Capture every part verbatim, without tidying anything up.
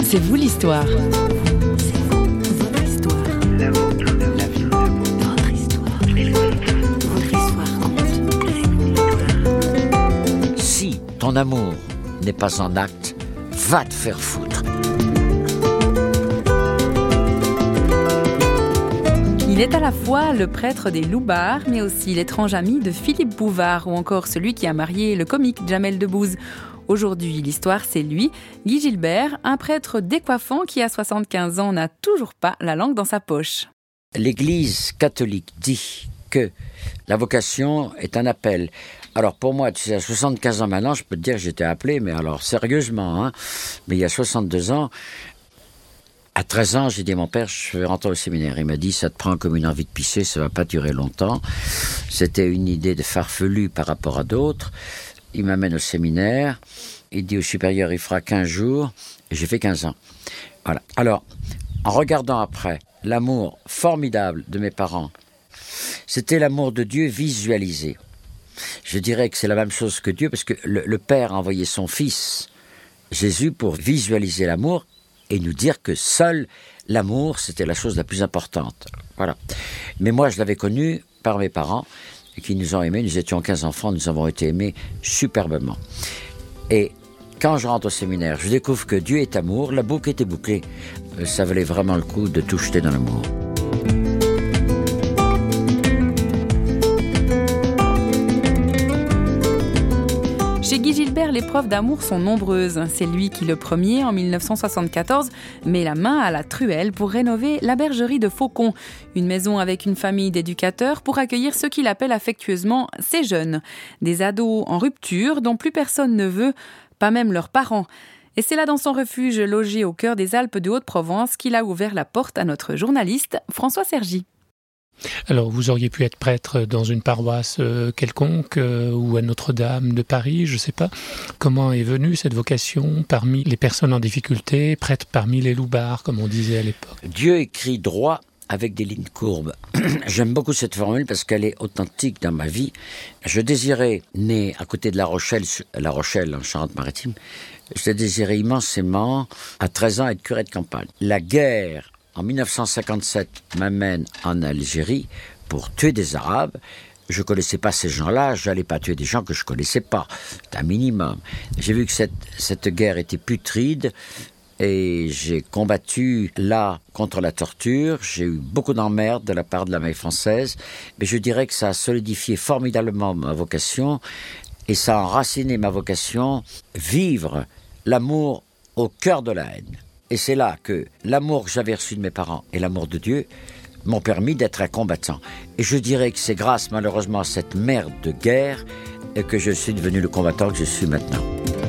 C'est vous l'histoire. C'est vous, votre histoire. La vôtre, la vie, votre histoire. Votre histoire compte. Si ton amour n'est pas en acte, va te faire foutre. Il est à la fois le prêtre des Loubards, mais aussi l'étrange ami de Philippe Bouvard, ou encore celui qui a marié le comique Jamel Debbouze. Aujourd'hui, l'histoire, c'est lui, Guy Gilbert, un prêtre décoiffant qui, à soixante-quinze ans, n'a toujours pas la langue dans sa poche. L'Église catholique dit que la vocation est un appel. Alors pour moi, tu sais, à soixante-quinze ans maintenant, je peux te dire que j'étais appelé, mais alors sérieusement, hein, mais il y a soixante-deux ans, à treize ans, j'ai dit à mon père, je vais rentrer au séminaire. Il m'a dit, ça te prend comme une envie de pisser, ça va pas durer longtemps. C'était une idée de farfelu par rapport à d'autres. Il m'amène au séminaire, il dit au supérieur, il fera quinze jours, et j'ai fait quinze ans. Voilà. Alors, en regardant après, l'amour formidable de mes parents, c'était l'amour de Dieu visualisé. Je dirais que c'est la même chose que Dieu, parce que le, le Père a envoyé son Fils, Jésus, pour visualiser l'amour, et nous dire que seul l'amour, c'était la chose la plus importante. Voilà. Mais moi, je l'avais connu par mes parents, qui nous ont aimés. Nous étions quinze enfants, nous avons été aimés superbement. Et quand je rentre au séminaire, je découvre que Dieu est amour, la boucle était bouclée. Ça valait vraiment le coup de tout jeter dans l'amour. Chez Guy Gilbert, les preuves d'amour sont nombreuses. C'est lui qui, le premier, en dix-neuf cent soixante-quatorze, met la main à la truelle pour rénover la bergerie de Faucon, une maison avec une famille d'éducateurs pour accueillir ceux qu'il appelle affectueusement ses jeunes. Des ados en rupture dont plus personne ne veut, pas même leurs parents. Et c'est là, dans son refuge logé au cœur des Alpes de Haute-Provence, qu'il a ouvert la porte à notre journaliste François Sergi. Alors, vous auriez pu être prêtre dans une paroisse euh, quelconque euh, ou à Notre-Dame de Paris, je ne sais pas. Comment est venue cette vocation parmi les personnes en difficulté, prêtre parmi les loubards, comme on disait à l'époque? Dieu écrit droit avec des lignes courbes. J'aime beaucoup cette formule parce qu'elle est authentique dans ma vie. Je désirais, né à côté de La Rochelle, La Rochelle en Charente-Maritime, je désirais immensément, à treize ans, être curé de campagne. La guerre en dix-neuf cent cinquante-sept, m'amène en Algérie pour tuer des Arabes. Je ne connaissais pas ces gens-là, je n'allais pas tuer des gens que je ne connaissais pas. C'est un minimum. J'ai vu que cette, cette guerre était putride et j'ai combattu là contre la torture. J'ai eu beaucoup d'emmerdes de la part de l'armée française, mais je dirais que ça a solidifié formidablement ma vocation et ça a enraciné ma vocation, vivre l'amour au cœur de la haine. Et c'est là que l'amour que j'avais reçu de mes parents et l'amour de Dieu m'ont permis d'être un combattant. Et je dirais que c'est grâce malheureusement à cette merde de guerre que je suis devenu le combattant que je suis maintenant.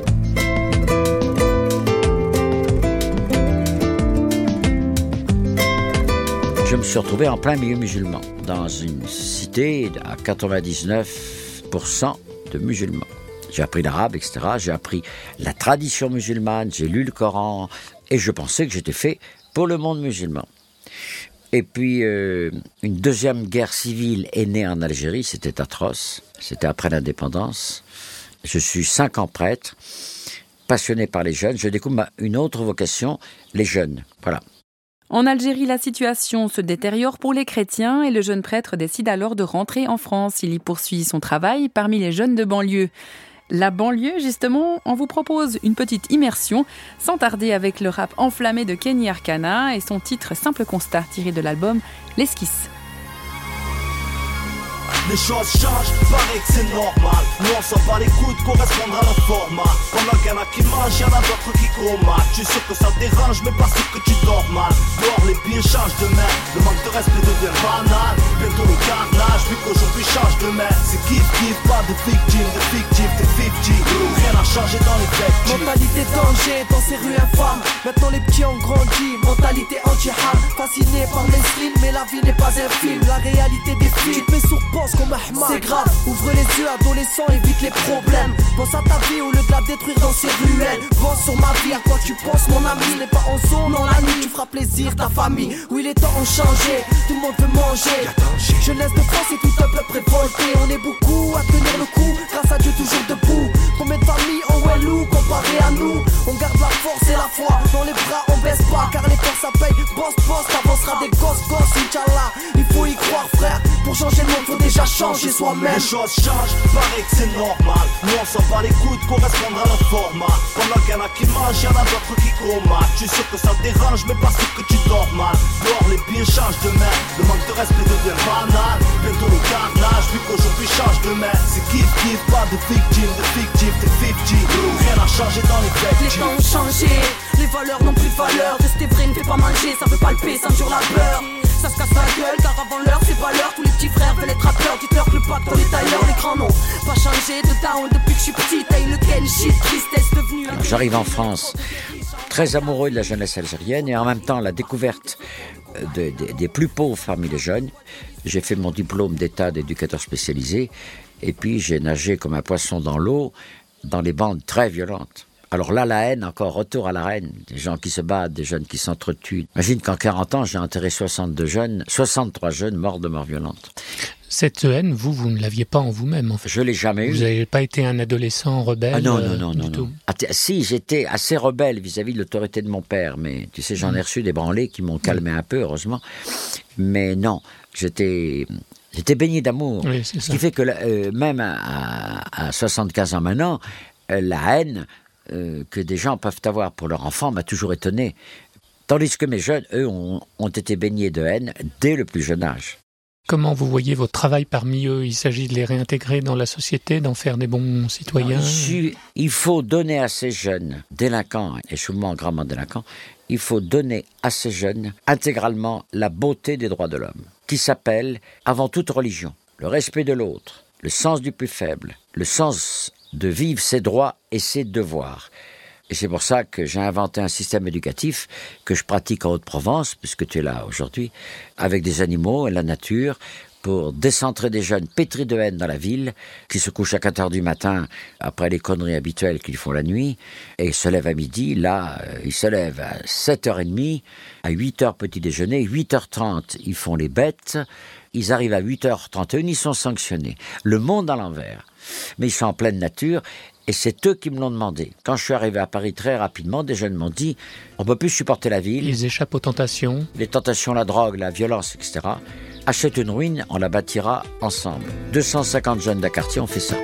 Je me suis retrouvé en plein milieu musulman, dans une cité à quatre-vingt-dix-neuf pour cent de musulmans. J'ai appris l'arabe, et cetera. J'ai appris la tradition musulmane, j'ai lu le Coran, et je pensais que j'étais fait pour le monde musulman. Et puis, euh, une deuxième guerre civile est née en Algérie, c'était atroce, c'était après l'indépendance. Je suis cinq ans prêtre, passionné par les jeunes, je découvre ma, une autre vocation, les jeunes, voilà. En Algérie, la situation se détériore pour les chrétiens et le jeune prêtre décide alors de rentrer en France. Il y poursuit son travail parmi les jeunes de banlieue. La banlieue, justement, on vous propose une petite immersion, sans tarder avec le rap enflammé de Kenny Arcana et son titre Simple Constat, tiré de l'album L'Esquisse. Les choses changent, paraît que c'est normal. Nous on s'en bat les couilles de correspondre à leur format. Pendant qu'il y en a qui mangent, y'en a d'autres qui chromatent. Je suis sûr que ça te dérange, mais pas sûr que tu dors mal. Dehors les billets changent de main, le manque de respect devient banal. Bientôt le carnage, vu qu'aujourd'hui change de main. C'est kiff kiff, pas de victime, de fictif, de fictif. Rien n'a changé dans les têtes. Mentalité danger dans ces rues infâmes. Maintenant les petits ont grandi, mentalité anti-ham. Fasciné par les slims, mais la vie n'est pas un film. La réalité des films, tu te mets sur pause comme Ahmad. C'est grave, ouvre les yeux, adolescent, évite les problèmes. Pense à ta vie au lieu de la détruire dans ces ruelles. Pense sur ma vie, à quoi tu penses mon ami. N'est pas en zone, non la nuit, tu feras plaisir ta famille. Oui les temps ont changé, tout le monde veut manger. Jeunesse de France et tout un peuple révolté. On est beaucoup à tenir le coup, grâce à Dieu toujours debout. Combien de familles ont Wellou comparé à nous. On garde la force et la foi, dans les bras on baisse pas car l'effort ça paye. Boss, boss, t'avanceras des gosses, gosses, Inch'Allah. Il faut y croire frère, pour changer le monde faut déjà changer soi-même. Les choses changent, paraît que c'est normal. Nous on s'en bat les couilles de correspondre à leur format. Pendant qu'il y en a qui mangent, y'en a d'autres qui combattent. Je suis sûr que ça te dérange mais parce que tu dors mal. Dehors les pieds changent de main, le manque de respect devient banal. Bientôt le carnage, vu qu'aujourd'hui change de main. C'est kiff kiff, pas de victime, de fictif, de fifty. Rien n'a changé dans les faits. Les temps ont changé, les valeurs n'ont plus de valeur. Rester vrai ne fait pas manger, ça veut palper, ça me jure la peur. Ça se casse la gueule car avant l'heure c'est pas l'heure. Tous les petits frères veulent être rappeurs. Dites-leur que le pacte on est ailleurs. Les grands n'ont pas changé de down depuis que je suis petit. Taille le ken shit, tristesse devenue un... J'arrive en France très amoureux de la jeunesse algérienne et en même temps la découverte de, de, des plus pauvres parmi les jeunes. J'ai fait mon diplôme d'état d'éducateur spécialisé et puis j'ai nagé comme un poisson dans l'eau dans les bandes très violentes. Alors là, la haine, encore retour à la haine. Des gens qui se battent, des jeunes qui s'entretuent. Imagine qu'en quarante ans, j'ai enterré soixante-deux jeunes, soixante-trois jeunes morts de mort violente. Cette haine, vous, vous ne l'aviez pas en vous-même, en fait. Je l'ai jamais eu. Vous n'avez pas été un adolescent rebelle Ah non, non, euh, non, du non, tout. non. Ah, t- si, j'étais assez rebelle vis-à-vis de l'autorité de mon père, mais tu sais, j'en ai reçu des branlées qui m'ont calmé un peu, heureusement. Mais non, j'étais... J'étais baigné d'amour. Oui, c'est Ce ça. qui fait que euh, même à, à soixante-quinze ans maintenant, euh, la haine euh, que des gens peuvent avoir pour leur enfant m'a toujours étonné. Tandis que mes jeunes, eux, ont, ont été baignés de haine dès le plus jeune âge. Comment vous voyez votre travail parmi eux? Il s'agit de les réintégrer dans la société, d'en faire des bons citoyens? Non, il, il faut donner à ces jeunes délinquants, et souvent gravement délinquants, il faut donner à ces jeunes intégralement la beauté des droits de l'homme, qui s'appelle, avant toute religion, le respect de l'autre, le sens du plus faible, le sens de vivre ses droits et ses devoirs. Et c'est pour ça que j'ai inventé un système éducatif que je pratique en Haute-Provence, puisque tu es là aujourd'hui, avec des animaux et la nature, pour décentrer des jeunes pétris de haine dans la ville, qui se couchent à quatre heures du matin après les conneries habituelles qu'ils font la nuit, et se lèvent à midi. Là, euh, ils se lèvent à sept heures trente, à huit heures petit déjeuner, huit heures trente, ils font les bêtes, ils arrivent à huit heures trente et un, ils sont sanctionnés. Le monde à l'envers. Mais ils sont en pleine nature, et c'est eux qui me l'ont demandé. Quand je suis arrivé à Paris très rapidement, des jeunes m'ont dit « on ne peut plus supporter la ville, Ils échappent aux tentations. les tentations, la drogue, la violence, et cetera. Achète une ruine, on la bâtira ensemble. » deux cent cinquante jeunes d'un quartier ont fait ça.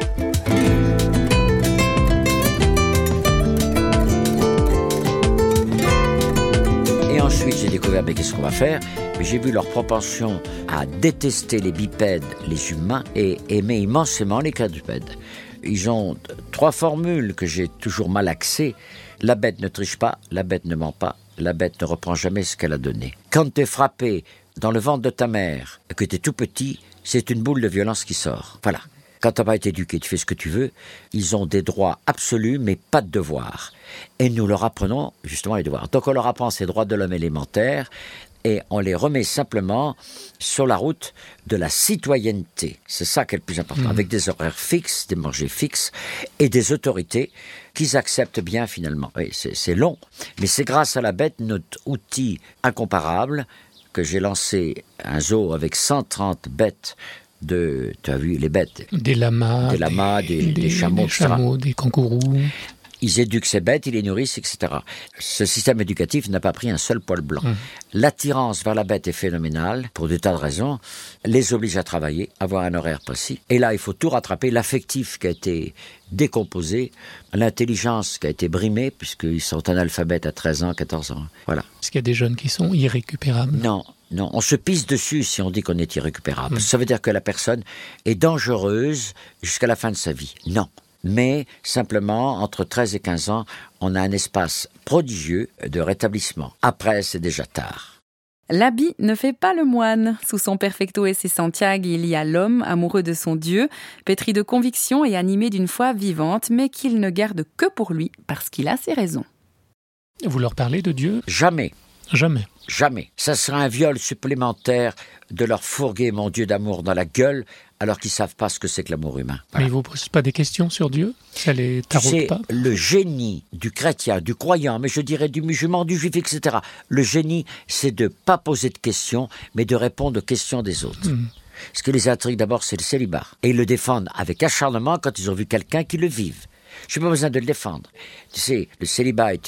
Et ensuite, j'ai découvert, mais qu'est-ce qu'on va faire? Mais j'ai vu leur propension à détester les bipèdes, les humains, et aimer immensément les quadrupèdes. Ils ont trois formules que j'ai toujours mal axées. La bête ne triche pas, la bête ne ment pas, la bête ne reprend jamais ce qu'elle a donné. Quand tu es frappé dans le ventre de ta mère, et que tu es tout petit, c'est une boule de violence qui sort. Voilà. Quand tu n'as pas été éduqué, tu fais ce que tu veux. Ils ont des droits absolus, mais pas de devoirs. Et nous leur apprenons justement les devoirs. Donc on leur apprend ces droits de l'homme élémentaires, et on les remet simplement sur la route de la citoyenneté. C'est ça qui est le plus important, mmh. avec des horaires fixes, des manger fixes, et des autorités qu'ils acceptent bien finalement. Oui, c'est, c'est long, mais c'est grâce à la bête, notre outil incomparable, que j'ai lancé un zoo avec cent trente bêtes de, tu as vu, les bêtes. Des lamas, des, lamas, des, des, des chameaux, des, chameaux des kangourous. Ils éduquent ces bêtes, ils les nourrissent, et cetera. Ce système éducatif n'a pas pris un seul poil blanc. Mmh. L'attirance vers la bête est phénoménale, pour des tas de raisons. Les oblige à travailler, avoir un horaire précis. Et là, il faut tout rattraper. L'affectif qui a été décomposé, l'intelligence qui a été brimée, puisqu'ils sont analphabètes à treize ans, quatorze ans. Voilà. Est-ce qu'il y a des jeunes qui sont irrécupérables? Non. Non, on se pisse dessus si on dit qu'on est irrécupérable. Mmh. Ça veut dire que la personne est dangereuse jusqu'à la fin de sa vie. Non. Mais simplement, entre treize et quinze ans, on a un espace prodigieux de rétablissement. Après, c'est déjà tard. L'habit ne fait pas le moine. Sous son perfecto esse Santiago, il y a l'homme amoureux de son Dieu, pétri de conviction et animé d'une foi vivante, mais qu'il ne garde que pour lui, parce qu'il a ses raisons. Vous leur parlez de Dieu? Jamais. Jamais. Jamais. Ça sera un viol supplémentaire de leur fourguer mon Dieu d'amour dans la gueule, alors qu'ils ne savent pas ce que c'est que l'amour humain. Voilà. Mais ils ne vous posent pas des questions sur Dieu? Ça les taraude c'est pas? Le génie du chrétien, du croyant, mais je dirais du musulman, du juif, et cetera. Le génie, c'est de ne pas poser de questions, mais de répondre aux questions des autres. Mmh. Ce qui les intrigue d'abord, c'est le célibat. Et ils le défendent avec acharnement quand ils ont vu quelqu'un qui le vive. Je n'ai pas besoin de le défendre. Tu sais, le célibat est une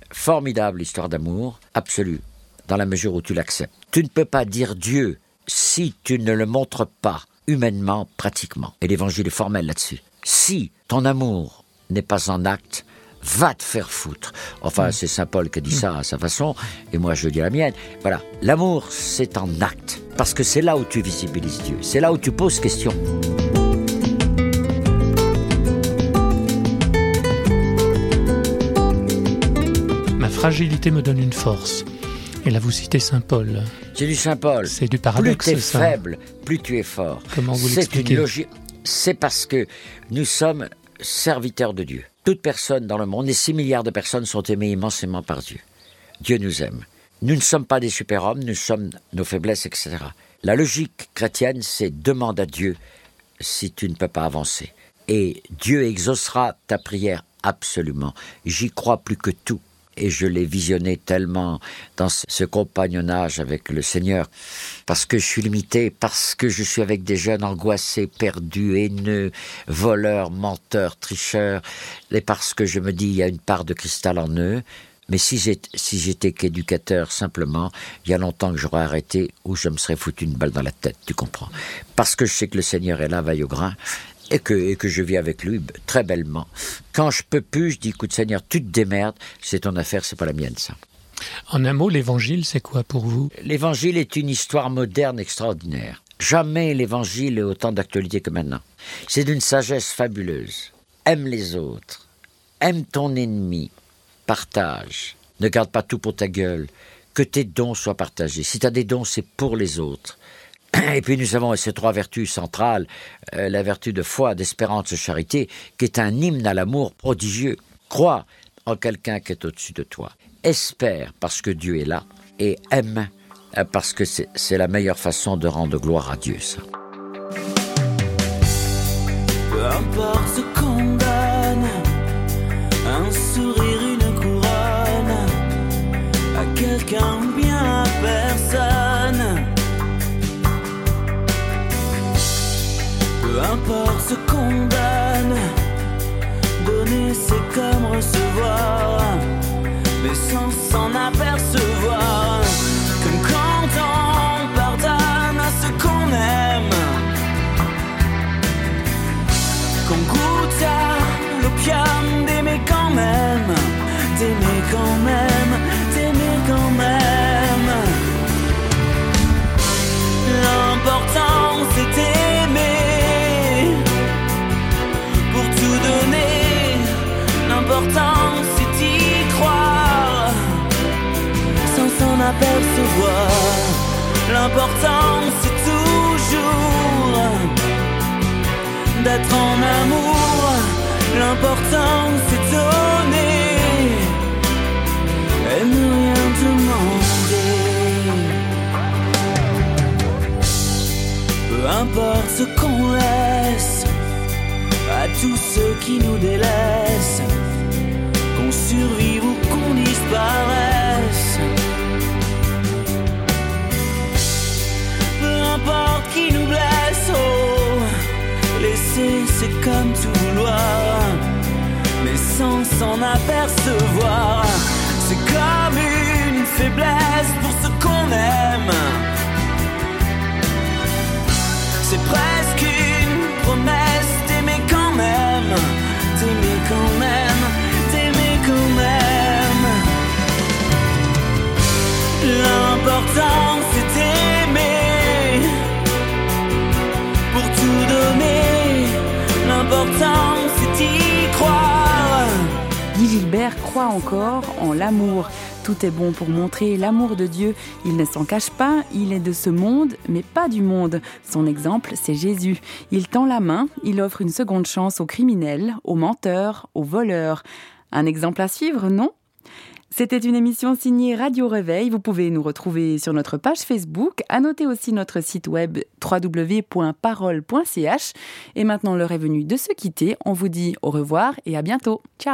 formidable histoire d'amour, absolue, dans la mesure où tu l'acceptes. Tu ne peux pas dire Dieu si tu ne le montres pas humainement, pratiquement. Et l'évangile est formel là-dessus. Si ton amour n'est pas en acte, va te faire foutre. Enfin, mmh. c'est saint Paul qui dit ça à sa façon, et moi je dis la mienne. Voilà, l'amour c'est en acte, parce que c'est là où tu visibilises Dieu, c'est là où tu poses question. Ma fragilité me donne une force. Et là, vous citez saint Paul. J'ai lu saint Paul. C'est du paradoxe, plus tu es ça. faible, plus tu es fort. Comment vous c'est l'expliquez ? une logique. C'est parce que nous sommes serviteurs de Dieu. Toute personne dans le monde, et six milliards de personnes sont aimées immensément par Dieu. Dieu nous aime. Nous ne sommes pas des super-hommes, nous sommes nos faiblesses, et cetera. La logique chrétienne, c'est demande à Dieu si tu ne peux pas avancer. Et Dieu exaucera ta prière absolument. J'y crois plus que tout. Et je l'ai visionné tellement dans ce compagnonnage avec le Seigneur, parce que je suis limité, parce que je suis avec des jeunes angoissés, perdus, haineux, voleurs, menteurs, tricheurs, et parce que je me dis il y a une part de cristal en eux. Mais si j'étais, si j'étais qu'éducateur simplement, il y a longtemps que j'aurais arrêté ou je me serais foutu une balle dans la tête, tu comprends ? Parce que je sais que le Seigneur est là, veille au grain. Et que, et que je vis avec lui très bellement. Quand je peux plus, je dis, écoute Seigneur, tu te démerdes, c'est ton affaire, c'est pas la mienne ça. En un mot, l'évangile, c'est quoi pour vous ? L'évangile est une histoire moderne extraordinaire. Jamais l'évangile est autant d'actualité que maintenant. C'est d'une sagesse fabuleuse. Aime les autres, aime ton ennemi, partage, ne garde pas tout pour ta gueule, que tes dons soient partagés. Si tu as des dons, c'est pour les autres. Et puis nous avons ces trois vertus centrales, euh, la vertu de foi, d'espérance, de charité, qui est un hymne à l'amour prodigieux. Crois en quelqu'un qui est au-dessus de toi. Espère parce que Dieu est là, et aime euh, parce que c'est, c'est la meilleure façon de rendre gloire à Dieu, ça. Peu importe ce qu'on donne, un sourire, une couronne, à quelqu'un ou bien à personne. Peu importe ce qu'on donne, donner c'est comme recevoir, mais sans s'en apercevoir. Comme quand on pardonne à ce qu'on aime, qu'on goûte à l'opium d'aimer quand même, d'aimer quand même, d'aimer quand même. L'important c'est aimer, pour tout donner. L'important c'est y croire, sans s'en apercevoir. L'important c'est toujours d'être en amour. L'important c'est donner et ne rien demander. Peu importe ce qu'on laisse à tous ceux qui nous délaissent, qu'on survive ou qu'on disparaisse. Peu importe qui nous blesse, oh, laisser c'est comme tout vouloir, mais sans s'en apercevoir. C'est comme une faiblesse pour ce qu'on aime. C'est presque une promesse d'aimer quand même, d'aimer quand même, d'aimer quand même. L'important c'est aimer, pour tout donner. L'important c'est y croire. Guy Gilbert croit encore en l'amour. Tout est bon pour montrer l'amour de Dieu. Il ne s'en cache pas, il est de ce monde, mais pas du monde. Son exemple, c'est Jésus. Il tend la main, il offre une seconde chance aux criminels, aux menteurs, aux voleurs. Un exemple à suivre, non ? C'était une émission signée Radio Réveil. Vous pouvez nous retrouver sur notre page Facebook. À noter aussi notre site web w w w point parole point c h. Et maintenant, l'heure est venue de se quitter. On vous dit au revoir et à bientôt. Ciao !